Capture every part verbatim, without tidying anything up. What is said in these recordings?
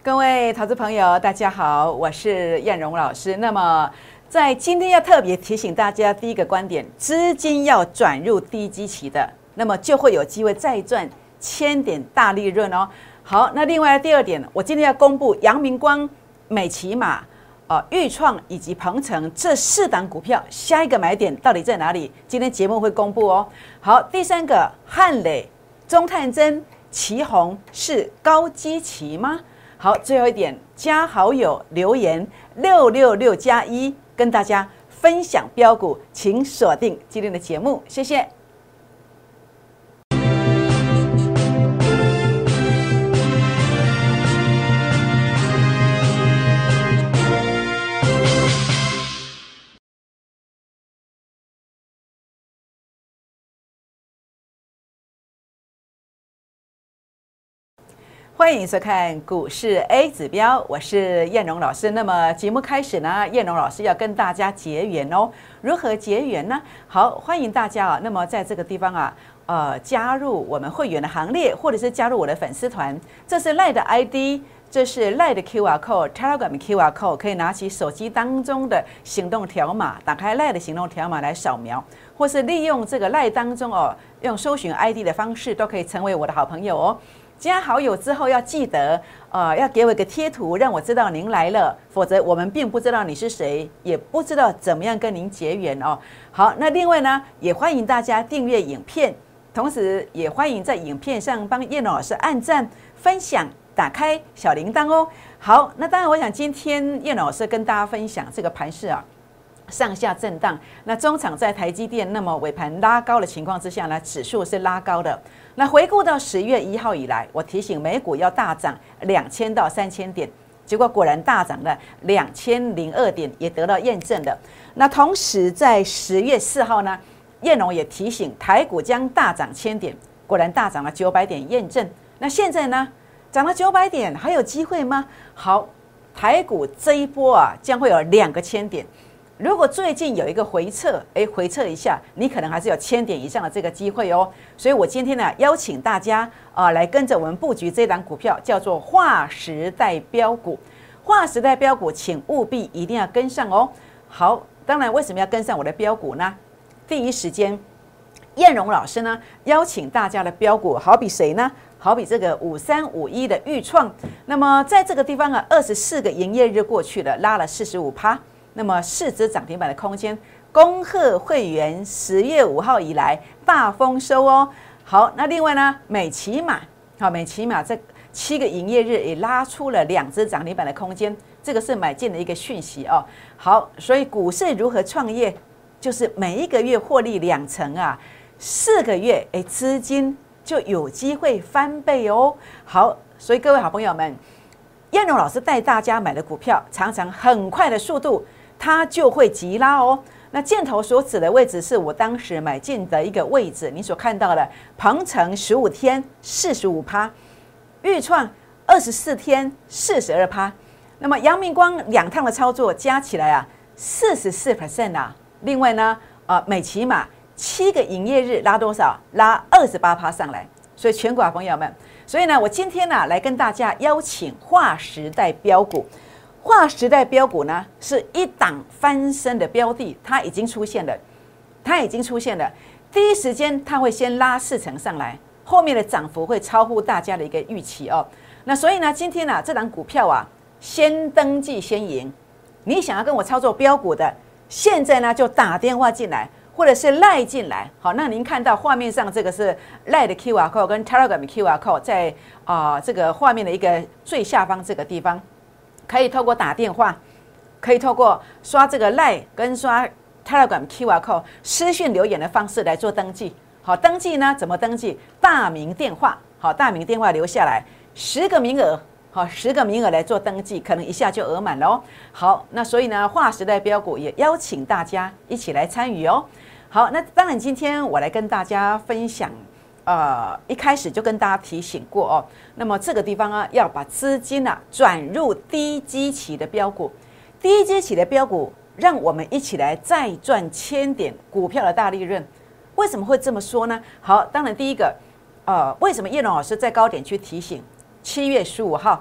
各位投资朋友，大家好，我是燕荣老师。那么，在今天要特别提醒大家，第一个观点，资金要转入低基期的，那么就会有机会再赚千点大利润哦。好，那另外第二点，我今天要公布阳明光、美骑马、呃裕创以及鹏程这四档股票下一个买点到底在哪里？今天节目会公布哦。好，第三个，汉磊、中探针、奇鋐是高基期吗？好，最后一点，加好友留言六六六加一，跟大家分享标股，请锁定今天的节目，谢谢。欢迎收看股市 A 指标，我是燕荣老师。那么节目开始呢，燕荣老师要跟大家结缘哦。如何结缘呢？好，欢迎大家啊。那么在这个地方啊，呃，加入我们会员的行列，或者是加入我的粉丝团。这是 LINE 的 I D， 这是 LINE 的 Q R code，Telegram Q R code， 可以拿起手机当中的行动条码，打开 LINE 的行动条码来扫描，或是利用这个 LINE 当中哦，用搜寻 I D 的方式，都可以成为我的好朋友哦。加好友之后要记得，呃，要给我一个贴图，让我知道您来了，否则我们并不知道你是谁，也不知道怎么样跟您结缘哦。好，那另外呢，也欢迎大家订阅影片，同时也欢迎在影片上帮燕老师按赞、分享、打开小铃铛哦。好，那当然，我想今天燕老师跟大家分享这个盘势啊。上下震荡，那中场在台积电，那么尾盘拉高的情况之下呢，指数是拉高的。那回顾到十月一号以来，我提醒美股要大涨两千到三千点，结果果然大涨了两千零二点，也得到验证的。那同时在十月四号呢，燕荣也提醒台股将大涨千点，果然大涨了九百点，验证。那现在呢，涨了九百点，还有机会吗？好，台股这一波啊，将会有两个千点。如果最近有一个回撤，哎，回撤一下，你可能还是有千点以上的这个机会哦。所以我今天呢，邀请大家啊、呃，来跟着我们布局这档股票，叫做划时代标股。划时代标股，请务必一定要跟上哦。好，当然为什么要跟上我的标股呢？第一时间，燕荣老师呢邀请大家的标股，好比谁呢？好比这个五三五一的裕创。那么在这个地方啊，二十四个营业日过去了，拉了四十五趴。那么市值涨停板的空间，恭贺会员十月五号以来大丰收哦。好，那另外呢，美骑马，好，美骑马这七个营业日也拉出了两只涨停板的空间，这个是买进的一个讯息哦。好，所以股市如何创业，就是每一个月获利两成啊，四个月哎，资金就有机会翻倍哦。好，所以各位好朋友们，燕荣老师带大家买的股票，常常很快的速度。它就会急拉哦。那箭头所指的位置是我当时买进的一个位置，你所看到的鹏程十五天四十五趴，裕创二十四天四十二趴。那么阳明光两趟的操作加起来啊，四十四 percent 啊。另外呢，呃，美骑马七个营业日拉多少？拉二十八趴上来。所以全国朋友们，所以呢，我今天呢、啊、来跟大家邀请划时代标股。划时代标股呢，是一档翻身的标的，它已经出现了，它已经出现了。第一时间它会先拉四成上来，后面的涨幅会超乎大家的一个预期哦。那所以呢，今天呢、啊，这档股票啊，先登记先赢。你想要跟我操作标股的，现在呢就打电话进来，或者是赖进来。好，那您看到画面上这个是赖的 Q R code 跟 Telegram Q R code， 在啊、呃、这个画面的一个最下方这个地方。可以透过打电话，可以透过刷这个 LINE 跟刷 Telegram Q R code 私讯留言的方式来做登记。好，登记呢怎么登记？大名电话，好，大名电话留下来，十个名额，好，十个名额来做登记，可能一下就额满了哦。好，那所以呢，划时代标股也邀请大家一起来参与哦。好，那当然今天我来跟大家分享。呃，一开始就跟大家提醒过哦，那么这个地方啊，要把资金啊转入低基期的标股，低基期的标股，让我们一起来再赚千点股票的大利润。为什么会这么说呢？好，当然第一个，呃，为什么叶龙老师在高点去提醒七月十五号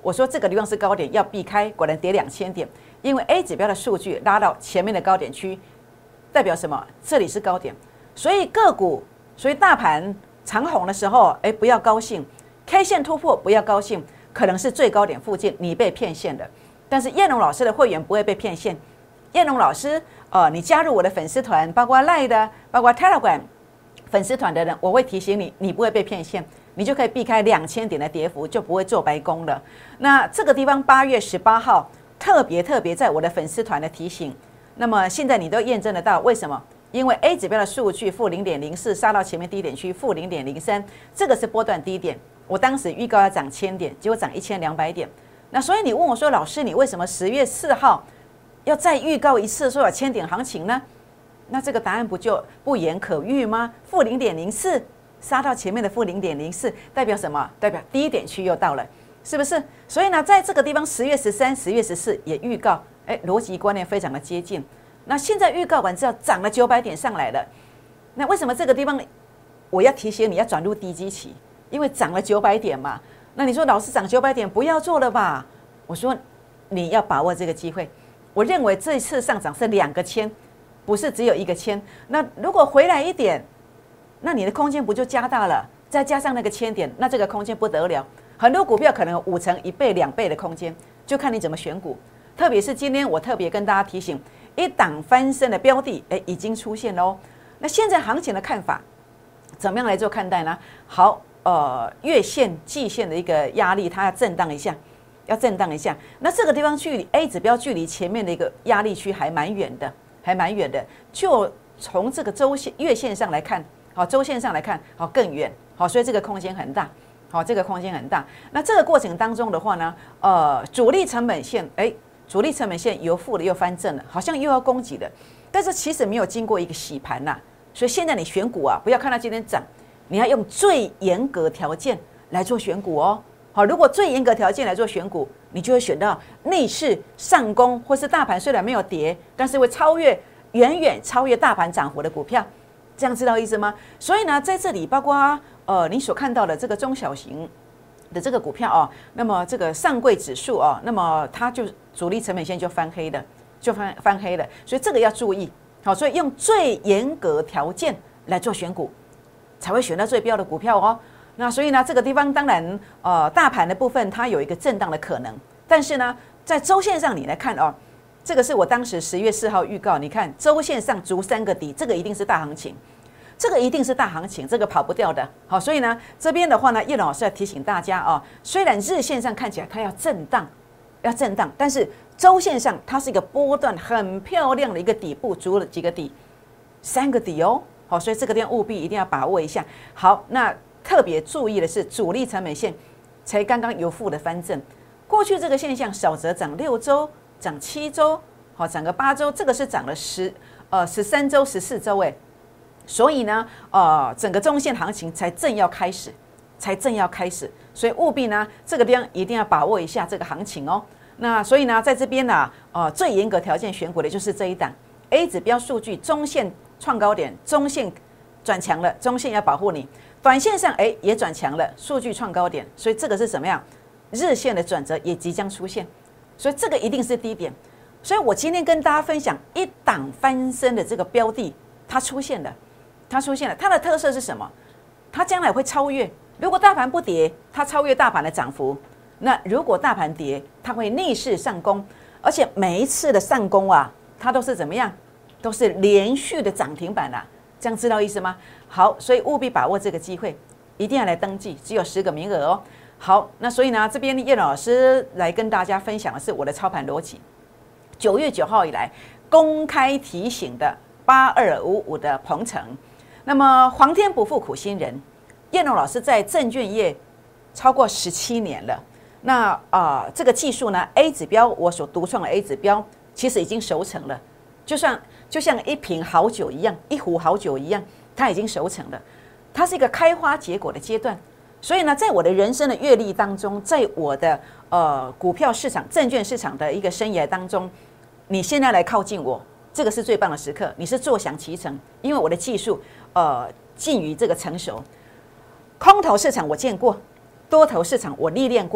我说这个地方是高点，要避开，果然跌两千点，因为 A 指标的数据拉到前面的高点区，代表什么？这里是高点，所以个股，所以大盘长红的时候，哎，不要高兴 ，K 线突破不要高兴，可能是最高点附近你被骗线了。但是燕龙老师的会员不会被骗线，燕龙老师，呃，你加入我的粉丝团，包括 Line 的，包括 Telegram 粉丝团的人，我会提醒你，你不会被骗线。你就可以避开两千点的跌幅，就不会做白工了。那这个地方八月十八号特别特别在我的粉丝团的提醒，那么现在你都验证得到，为什么？因为 A 指标的数据负零点零四杀到前面低点区负零点零三，这个是波段低点。我当时预告要涨千点，结果涨一千两百点。那所以你问我说，老师，你为什么十月四号要再预告一次说有千点行情呢？那这个答案不就不言可喻吗？负零点零四。杀到前面的负零点零四，代表什么？代表低点区又到了，是不是？所以呢，在这个地方，十月十三、十月十四也预告，哎，逻辑观念非常的接近。那现在预告完之后，涨了九百点上来了。那为什么这个地方我要提醒你要转入低基期？因为涨了九百点嘛。那你说老师涨九百点不要做了吧？我说你要把握这个机会。我认为这次上涨是两个千，不是只有一个千。那如果回来一点，那你的空间不就加大了？再加上那个千点，那这个空间不得了。很多股票可能有五成、一倍、两倍的空间，就看你怎么选股。特别是今天我特别跟大家提醒，一档翻身的标的，哎，已经出现喽。那现在行情的看法，怎么样来做看待呢？好，呃，月线、季线的一个压力，它要震荡一下，要震荡一下。那这个地方距离 A 指标距离前面的一个压力区还蛮远的，还蛮远的。就从这个周线、月线上来看。好，周线上来看，好更远，好，所以这个空间很大，好，这个空间很大。那这个过程当中的话呢，呃，主力成本线，哎，主力成本线由负的又翻正了，好像又要攻击的，但是其实没有经过一个洗盘呐。所以现在你选股啊，不要看它今天涨，你要用最严格条件来做选股哦。好，如果最严格条件来做选股，你就会选到逆势上攻，或是大盘虽然没有跌，但是会超越远远超越大盘涨幅的股票。这样知道意思吗？所以呢，在这里包括呃你所看到的这个中小型的这个股票哦，那么这个上柜指数哦，那么它就主力成本线就翻黑了，就翻翻黑了，所以这个要注意。好，所以用最严格条件来做选股，才会选到最标的股票哦。那所以呢，这个地方当然呃大盘的部分它有一个震荡的可能，但是呢，在周线上你来看哦。这个是我当时十月四号预告，你看周线上足三个底，这个一定是大行情，这个一定是大行情，这个跑不掉的。好，所以呢，这边的话呢，叶老师要提醒大家哦，虽然日线上看起来它要震荡，要震荡，但是周线上它是一个波段很漂亮的一个底部，足了几个底，三个底哦。好，所以这个地方务必一定要把握一下。好，那特别注意的是，主力成本线才刚刚由负的翻正，过去这个现象少则涨六周。涨七周，好，涨个八周，这个是涨了十呃十三周、十四周，哎，所以呢，呃，整个中线行情才正要开始，才正要开始，所以务必呢，这个地方一定要把握一下这个行情哦。那所以呢，在这边呢，呃，最严格条件选股的就是这一档 A 指标数据，中线创高点，中线转强了，中线要保护你，短线上哎也转强了，数据创高点，所以这个是什么样？日线的转折也即将出现。所以这个一定是低点，所以我今天跟大家分享一档翻身的这个标的，它出现了，它出现了，它的特色是什么？它将来会超越，如果大盘不跌，它超越大盘的涨幅；那如果大盘跌，它会逆势上攻，而且每一次的上攻啊，它都是怎么样？都是连续的涨停板啊，这样知道意思吗？好，所以务必把握这个机会，一定要来登记，只有十个名额哦。好，那所以呢，这边叶老师来跟大家分享的是我的操盘逻辑。九月九号以来公开提醒的八二五五的鹏程，那么皇天不负苦心人，叶龙老师在证券业超过十七年了。那啊、呃，这个技术呢 ，A 指标我所独创的 A 指标，其实已经熟成了，就像就像一瓶好酒一样，一壶好酒一样，它已经熟成了，它是一个开花结果的阶段。所以呢，在我的人生的阅历当中，在我的呃股票市场、证券市场的一个生涯当中，你现在来靠近我，这个是最棒的时刻，你是坐享其成，因为我的技术呃近于这个成熟。空头市场我见过，多头市场我历练过，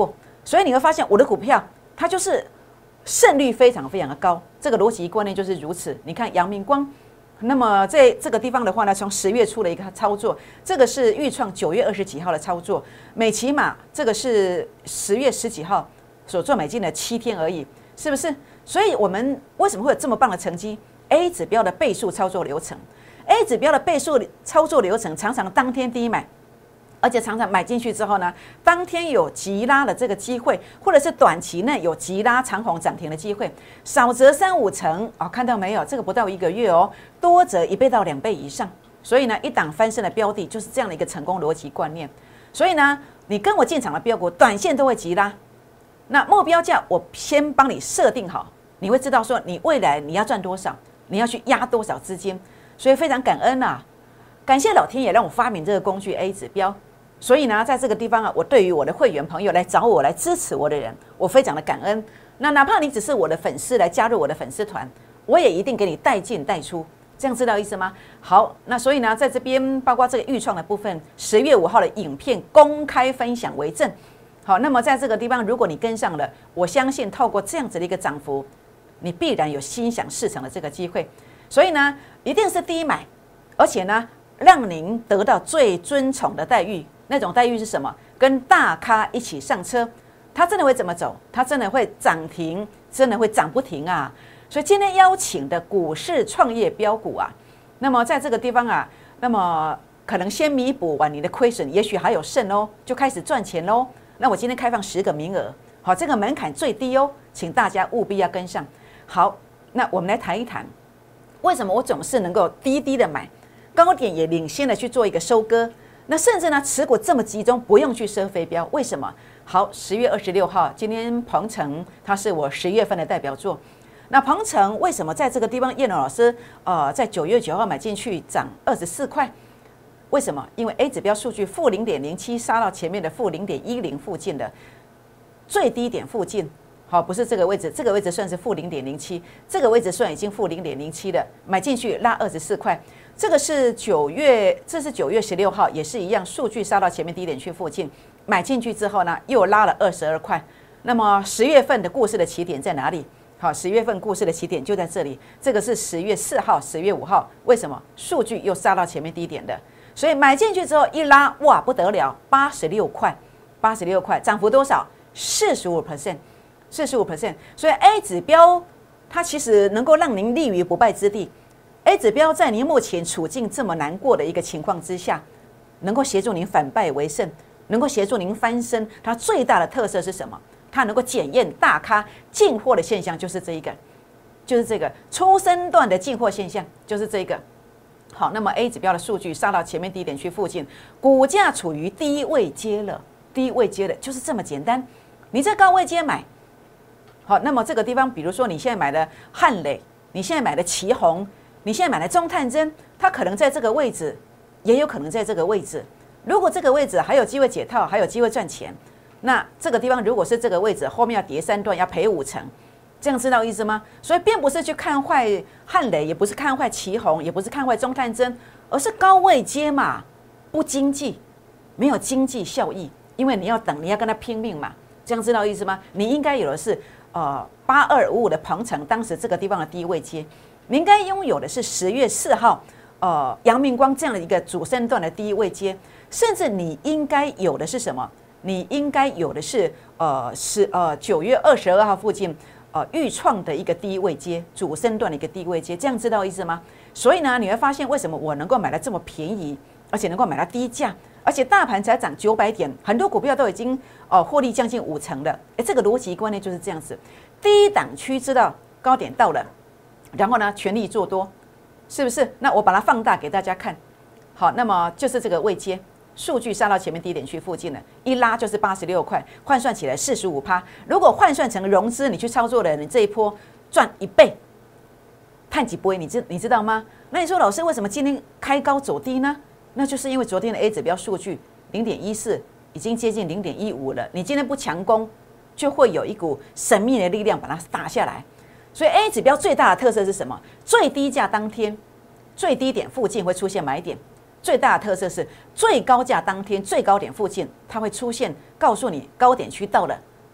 所以你会发现我的股票它就是胜率非常非常的高，这个逻辑观念就是如此。你看阳明光，那么在这个地方的话呢，从十月初的一个操作，这个是预创九月二十几号的操作，美骑马这个是十月十几号所做买进的七天而已，是不是？所以我们为什么会有这么棒的成绩 ？A 指标的倍数操作流程 ，A 指标的倍数操作流程常常当天低买。而且常常买进去之后呢，当天有急拉的这个机会，或者是短期内有急拉长红涨停的机会，少则三五成哦，看到没有？这个不到一个月哦，多则一倍到两倍以上。所以呢，一档翻身的标的就是这样的一个成功逻辑观念。所以呢，你跟我进场的标股，短线都会急拉，那目标价我先帮你设定好，你会知道说你未来你要赚多少，你要去压多少资金。所以非常感恩啊，感谢老天爷让我发明这个工具 A 指标。所以呢，在这个地方啊，我对于我的会员朋友来找我来支持我的人，我非常的感恩。那哪怕你只是我的粉丝来加入我的粉丝团，我也一定给你带进带出，这样知道意思吗？好，那所以呢，在这边包括这个预创的部分，十月五号的影片公开分享为证。好，那么在这个地方，如果你跟上了，我相信透过这样子的一个涨幅，你必然有心想事成的这个机会。所以呢，一定是低买，而且呢，让您得到最尊崇的待遇。那种待遇是什么？跟大咖一起上车，他真的会怎么走？他真的会涨停，真的会涨不停啊！所以今天邀请的股市创业标股啊，那么在这个地方啊，那么可能先弥补完你的亏损，也许还有剩哦，就开始赚钱喽。那我今天开放十个名额，好，这个门槛最低哦，请大家务必要跟上。好，那我们来谈一谈，为什么我总是能够低低的买，高点也领先的去做一个收割。那甚至呢，持股这么集中，不用去射飞镖，为什么？好，十月二十六号，今天鹏程它是我十月份的代表作。那鹏程为什么在这个地方？叶龙老师呃，在九月九号买进去涨二十四块，为什么？因为 A 指标数据负零点零七杀到前面的负零点一零附近的最低点附近，好，不是这个位置，这个位置算是负零点零七，这个位置算已经负零点零七了，买进去拉二十四块。这个是九月，这是九月十六号，也是一样，数据杀到前面低点区附近，买进去之后呢，又拉了二十二块。那么十月份的故事的起点在哪里？好，十月份故事的起点就在这里。这个是十月四号、十月五号，为什么数据又杀到前面低点的？所以买进去之后一拉，哇，不得了，八十六块，八十六块，涨幅多少？四十五 percent， 四十五 percent。所以 A 指标它其实能够让您立于不败之地。A 指标在您目前处境这么难过的一个情况之下，能够协助您反败为胜，能够协助您翻身。它最大的特色是什么？它能够检验大咖进货的现象，就是这一个，就是这个初升段的进货现象，就是这个。好，那么 A 指标的数据杀到前面低点区附近，股价处于低位阶了，低位阶了，就是这么简单。你在高位阶买，好，那么这个地方，比如说你现在买的汉磊，你现在买的奇宏。你现在买的中探针，它可能在这个位置，也有可能在这个位置。如果这个位置还有机会解套，还有机会赚钱，那这个地方如果是这个位置，后面要跌三段，要赔五成，这样知道意思吗？所以并不是去看坏汉磊，也不是看坏奇宏，也不是看坏中探针，而是高位接嘛，不经济，没有经济效益，因为你要等，你要跟他拼命嘛，这样知道意思吗？你应该有的是呃八二五五的鹏程，当时这个地方的低位接。你应该拥有的是十月四号，呃，阳明光这样的一个主升段的低位接，甚至你应该有的是什么？你应该有的是呃是呃九月二十二号附近呃预创的一个低位接，主升段的一个低位接，这样知道意思吗？所以呢，你会发现为什么我能够买到这么便宜，而且能够买到低价，而且大盘才涨九百点，很多股票都已经哦获利将近五成了。哎，这个逻辑观念就是这样子，低档区知道高点到了。然后呢，全力做多，是不是？那我把它放大给大家看。好，那么就是这个位阶，数据杀到前面低点区附近了，一拉就是八十六块，换算起来四十五趴。如果换算成融资，你去操作的人，你这一波赚一倍，探几波，你知你知道吗？那你说老师为什么今天开高走低呢？那就是因为昨天的 A 指标数据零点一四已经接近零点一五了，你今天不强攻，就会有一股神秘的力量把它打下来。所以 A 指标最大的特色是什么？最低价当天最低点附近会出现买点，最大的特色是最高价当天最高点附近它会出现告诉你高点区到了，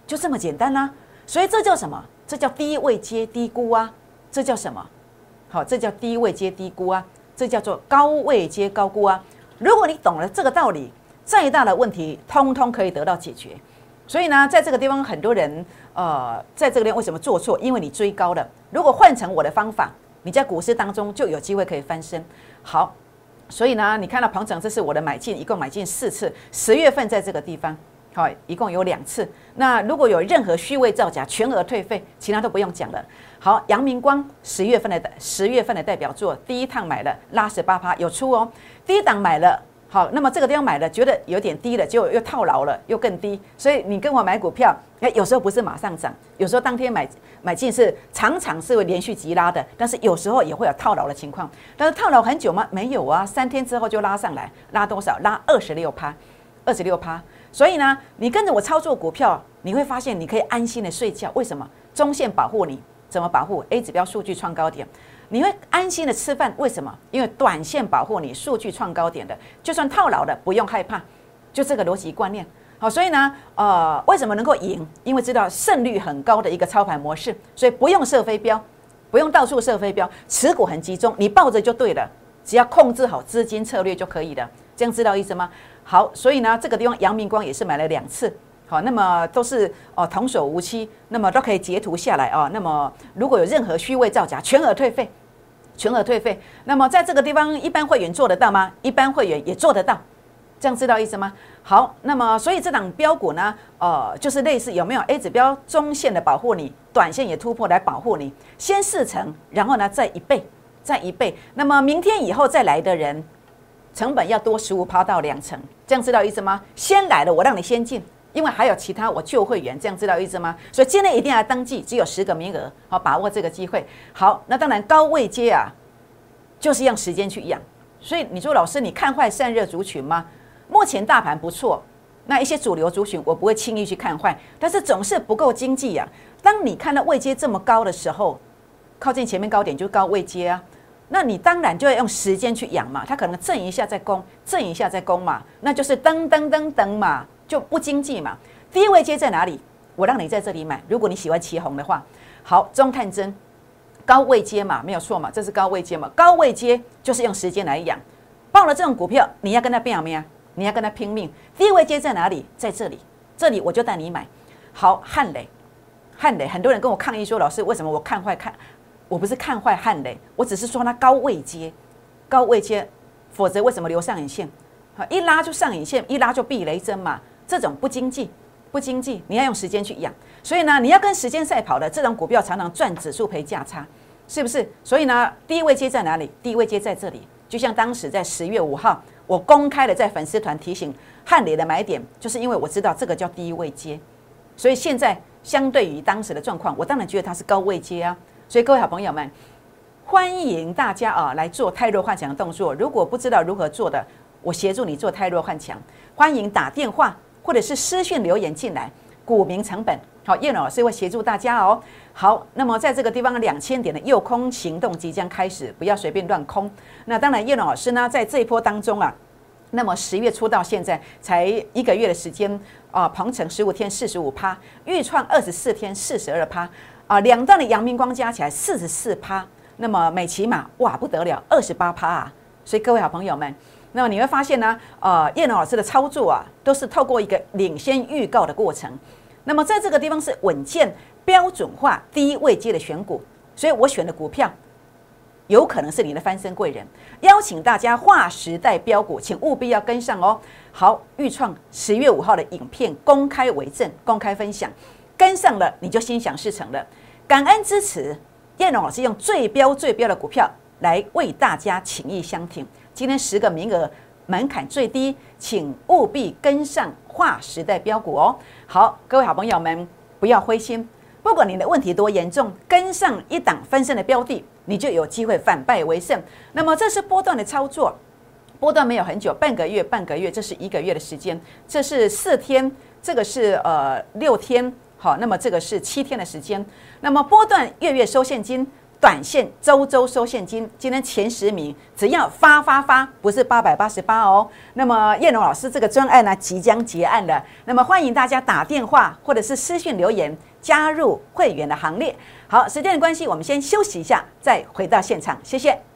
就这么简单啦、啊。所以这叫什么？这叫低位接低估啊。这叫什么？好，这叫低位接低估啊。这叫做高位接高估啊。如果你懂了这个道理，再大的问题通通可以得到解决。所以呢，在这个地方，很多人呃，在这个地方为什么做错？因为你追高了。如果换成我的方法，你在股市当中就有机会可以翻身。好，所以呢，你看到鹏程，这是我的买进，一共买进四次，十月份在这个地方，好，一共有两次。那如果有任何虚伪造假，全额退费，其他都不用讲了。好，阳明光十月份的十月份的代表作，第一趟买了拉十八趴有出哦，第一档买了。好，那么这个地方买了，觉得有点低了，结果又套牢了，又更低。所以你跟我买股票，哎，有时候不是马上涨，有时候当天买买进是常常是会连续急拉的，但是有时候也会有套牢的情况。但是套牢很久吗？没有啊，三天之后就拉上来，拉多少？拉二十六趴，二十六趴。所以呢，你跟着我操作股票，你会发现你可以安心的睡觉。为什么？中线保护你，怎么保护 ？A 指标数据创高点。你会安心的吃饭，为什么？因为短线保护你，数据创高点的，就算套牢的不用害怕，就这个逻辑观念。好，所以呢，呃，为什么能够赢？因为知道胜率很高的一个操盘模式，所以不用射飞镖，不用到处射飞镖，持股很集中，你抱着就对了，只要控制好资金策略就可以了。这样知道意思吗？好，所以呢，这个地方阳明光也是买了两次。好，那么都是哦童叟无欺，那么都可以截图下来哦。那么如果有任何虚伪造假，全额退费，全额退费。那么在这个地方，一般会员做得到吗？一般会员也做得到，这样知道意思吗？好，那么所以这档标股呢，呃，就是类似有没有 A 指标中线的保护你，短线也突破来保护你，先四成，然后呢再一倍，再一倍。那么明天以后再来的人，成本要多十五趴到两成，这样知道意思吗？先来了，我让你先进。因为还有其他我旧会员，这样知道意思吗？所以今天一定要登记，只有十个名额，好把握这个机会。好，那当然高位接啊，就是用时间去养。所以你说老师，你看坏散热族群吗？目前大盘不错，那一些主流族群我不会轻易去看坏，但是总是不够经济啊。当你看到位阶这么高的时候，靠近前面高点就高位接啊，那你当然就要用时间去养嘛。它可能震一下再攻，震一下再攻嘛，那就是噔噔噔噔嘛。就不经济嘛，低位接在哪里？我让你在这里买。如果你喜欢旗红的话，好，中探针高位接嘛，没有错嘛，这是高位接嘛，高位接就是用时间来养。报了这种股票，你要跟他拼命，你要跟他拼命。低位接在哪里？在这里，这里我就带你买。好，汉磊，汉磊，很多人跟我抗议说，老师为什么我看坏看？我不是看坏汉磊，我只是说它高位接，高位接，否则为什么留上影线？好，一拉就上影线，一拉就避雷针嘛。这种不经济，不经济，你要用时间去养。所以呢，你要跟时间赛跑的这种股票，常常赚指数赔价差，是不是？所以呢，低位接在哪里？低位接在这里。就像当时在十月五号，我公开的在粉丝团提醒汉磊的买点，就是因为我知道这个叫低位接。所以现在相对于当时的状况，我当然觉得它是高位接啊。所以各位好朋友们，欢迎大家啊来做太弱换强的动作。如果不知道如何做的，我协助你做太弱换强，欢迎打电话或者是私讯留言进来，股民成本好，叶老师会协助大家哦。好，那么在这个地方两千点的诱空行动即将开始，不要随便乱空。那当然，叶老师呢在这一波当中啊，那么十月初到现在才一个月的时间啊，鹏程十五天四十五趴，豫创二十四天四十二趴啊，两段的阳明光加起来四十四趴，那么美骑马哇不得了，二十八趴啊！所以各位好朋友们。那么你会发现呢，呃，叶龙老师的操作啊，都是透过一个领先预告的过程。那么在这个地方是稳健、标准化、低位阶的选股，所以我选的股票有可能是你的翻身贵人。邀请大家划时代标股，请务必要跟上哦。好，豫创十月五号的影片公开为证，公开分享，跟上了你就心想事成了。感恩支持，叶龙老师用最标最标的股票来为大家情义相挺。今天十个名额，门槛最低，请务必跟上划时代标股哦。好，各位好朋友们，不要灰心，不管你的问题多严重，跟上一档分身的标的，你就有机会反败为胜。那么这是波段的操作，波段没有很久，半个月，半个月，这是一个月的时间，这是四天，这个是呃六天，好，那么这个是七天的时间。那么波段月月收现金。 短线周周收现金，今天前十名只要发发发，不是八百八十八哦。那么燕荣老师这个专案呢即将结案了，那么欢迎大家打电话或者是私讯留言加入会员的行列。好，时间的关系，我们先休息一下，再回到现场，谢谢。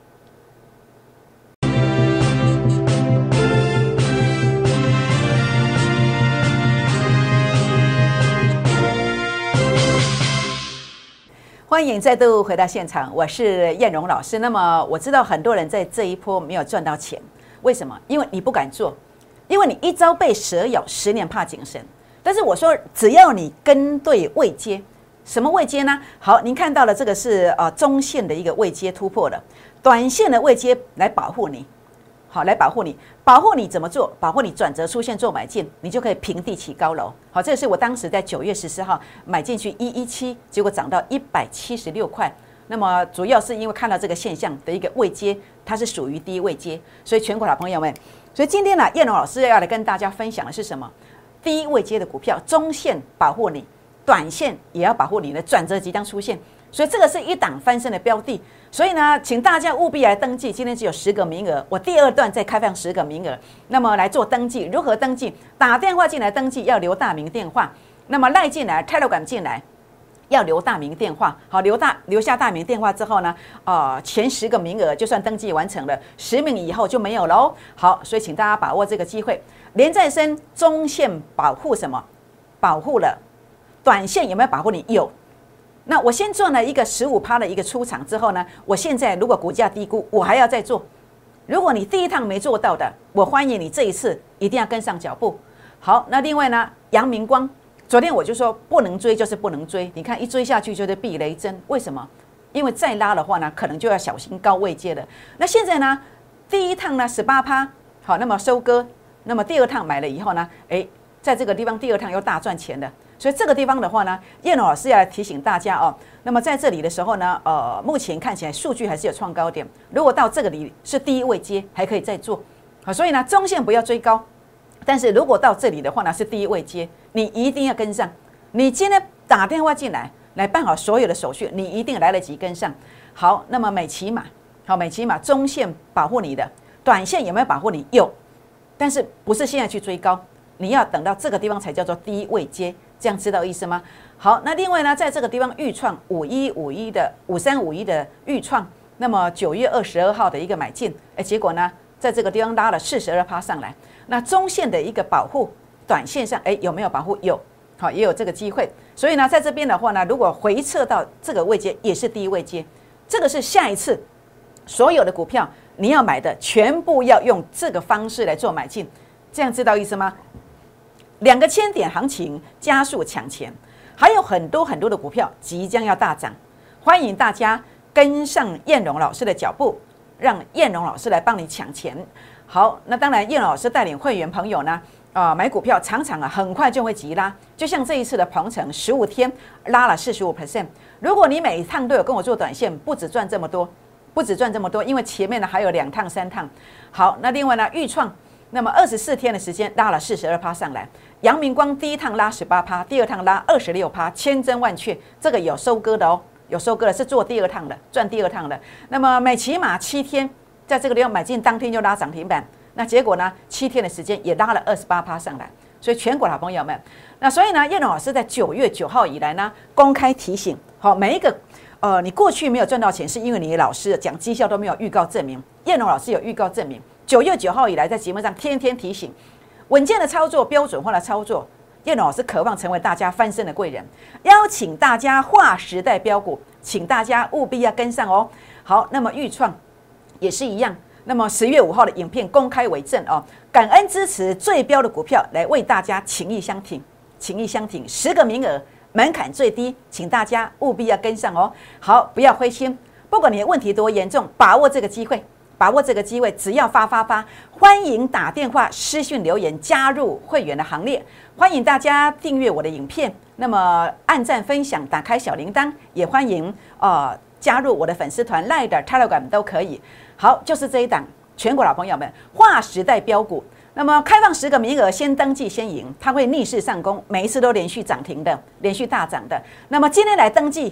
欢迎再度回到现场，我是燕荣老师。那么我知道很多人在这一波没有赚到钱，为什么？因为你不敢做，因为你一朝被蛇咬，十年怕井绳。但是我说，只要你跟对位阶，什么位阶呢？好，您看到了这个是呃中线的一个位阶突破了，短线的位阶来保护你。好，来保护你，保护你怎么做？保护你转折出现做买进，你就可以平地起高楼。好，这个是我当时在九月十四号买进去一一七，结果涨到一百七十六块。那么主要是因为看到这个现象的一个位阶，它是属于低位阶，所以全国的朋友们，所以今天呢，燕荣老师要来跟大家分享的是什么？低位阶的股票，中线保护你，短线也要保护你的转折即将出现。所以这个是一档翻身的标的，所以呢，请大家务必来登记。今天只有十个名额，我第二段再开放十个名额，那么来做登记。如何登记？打电话进来登记要留大名电话，那么赖进来 Telegram 进来要留大名电话。好，留大留下大名电话之后呢，呃，前十个名额就算登记完成了，十名以后就没有喽。好，所以请大家把握这个机会。连再生中线保护什么？保护了，短线有没有保护你？有。那我先做了一个 百分之十五 的一个出场之后呢，我现在如果股价低估，我还要再做。如果你第一趟没做到的，我欢迎你这一次一定要跟上脚步。好，那另外呢，阳明光，昨天我就说不能追就是不能追，你看一追下去就是避雷针，为什么？因为再拉的话呢，可能就要小心高位接了。那现在呢，第一趟呢 百分之十八， 好，那么收割，那么第二趟买了以后呢，哎，在这个地方第二趟又大赚钱了。所以这个地方的话呢，燕荣老师要来提醒大家哦。那么在这里的时候呢，呃，目前看起来数据还是有创高点。如果到这个里是第一位阶，还可以再做。好，所以呢，中线不要追高。但是如果到这里的话呢，是第一位阶，你一定要跟上。你今天打电话进来，来办好所有的手续，你一定来得及跟上。好，那么美骑马，好，美骑马中线保护你的，短线有没有保护你？有，但是不是现在去追高，你要等到这个地方才叫做第一位阶。这样知道意思吗？好，那另外呢，在这个地方预创五一五一的五三五一的预创，那么九月二十二号的一个买进，哎，结果呢，在这个地方拉了 百分之四十二 上来。那中线的一个保护，短线上哎有没有保护？有，好，也有这个机会。所以呢，在这边的话呢，如果回撤到这个位阶，也是第一位阶，这个是下一次所有的股票你要买的，全部要用这个方式来做买进，这样知道意思吗？两个千点行情加速抢钱，还有很多很多的股票即将要大涨，欢迎大家跟上燕荣老师的脚步，让燕荣老师来帮你抢钱。好，那当然燕荣老师带领会员朋友呢，啊、呃，买股票常常啊很快就会急拉，就像这一次的鹏程，十五天拉了 百分之四十五。如果你每一趟都有跟我做短线，不止赚这么多，不止赚这么多，因为前面呢还有两趟三趟。好，那另外呢，预创。那么二十四天的时间拉了 百分之四十二 上来，阳明光第一趟拉 百分之十八， 第二趟拉 百分之二十六， 千真万确，这个有收割的哦，有收割的是做第二趟的，赚第二趟的。那么美骑马七天，在这个地方买进，当天就拉涨停板，那结果呢，七天的时间也拉了 百分之二十八 上来，所以全国的好朋友们，那所以呢，燕荣老师在九月九号以来呢，公开提醒，好，每一个呃，你过去没有赚到钱，是因为你的老师讲绩效都没有预告证明，燕荣老师有预告证明。九月九号以来，在节目上天天提醒，稳健的操作，标准化的操作。燕荣老师渴望成为大家翻身的贵人，邀请大家划时代标股，请大家务必要跟上哦。好，那么预创也是一样。那么十月五号的影片公开为证哦，感恩支持最标的股票，来为大家情义相挺，情义相挺，十个名额，门槛最低，请大家务必要跟上哦。好，不要灰心，不管你的问题多严重，把握这个机会。把握这个机会，只要发发发，欢迎打电话、私讯留言加入会员的行列。欢迎大家订阅我的影片，那么按赞、分享、打开小铃铛，也欢迎呃加入我的粉丝团 Line 的 Telegram 都可以。好，就是这一档，全国老朋友们，划时代标股。那么开放十个名额，先登记先赢，它会逆势上攻，每一次都连续涨停的，连续大涨的。那么今天来登记，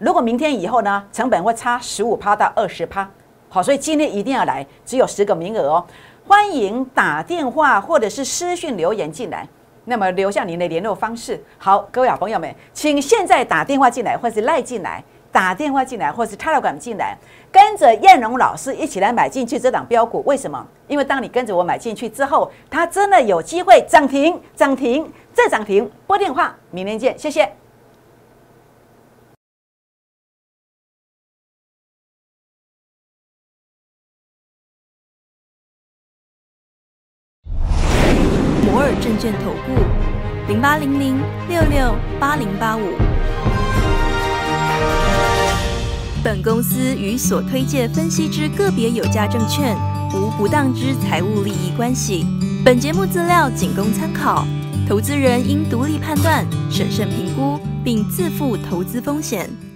如果明天以后呢，成本会差十五趴到二十趴，好，所以今天一定要来，只有十个名额哦。欢迎打电话或者是私讯留言进来，那么留下您的联络方式。好，各位好朋友们，请现在打电话进来，或是赖进来，打电话进来，或是 Telegram 进来，跟着燕荣老师一起来买进去这档标股。为什么？因为当你跟着我买进去之后，它真的有机会涨停，涨停，再涨停。拨电话，明天见，谢谢。 摩尔证券投顾零八零零六六八零八五。本公司与所推介分析之个别有价证券无不当之财务利益关系。本节目资料仅供参考，投资人应独立判断、审慎评估，并自负投资风险。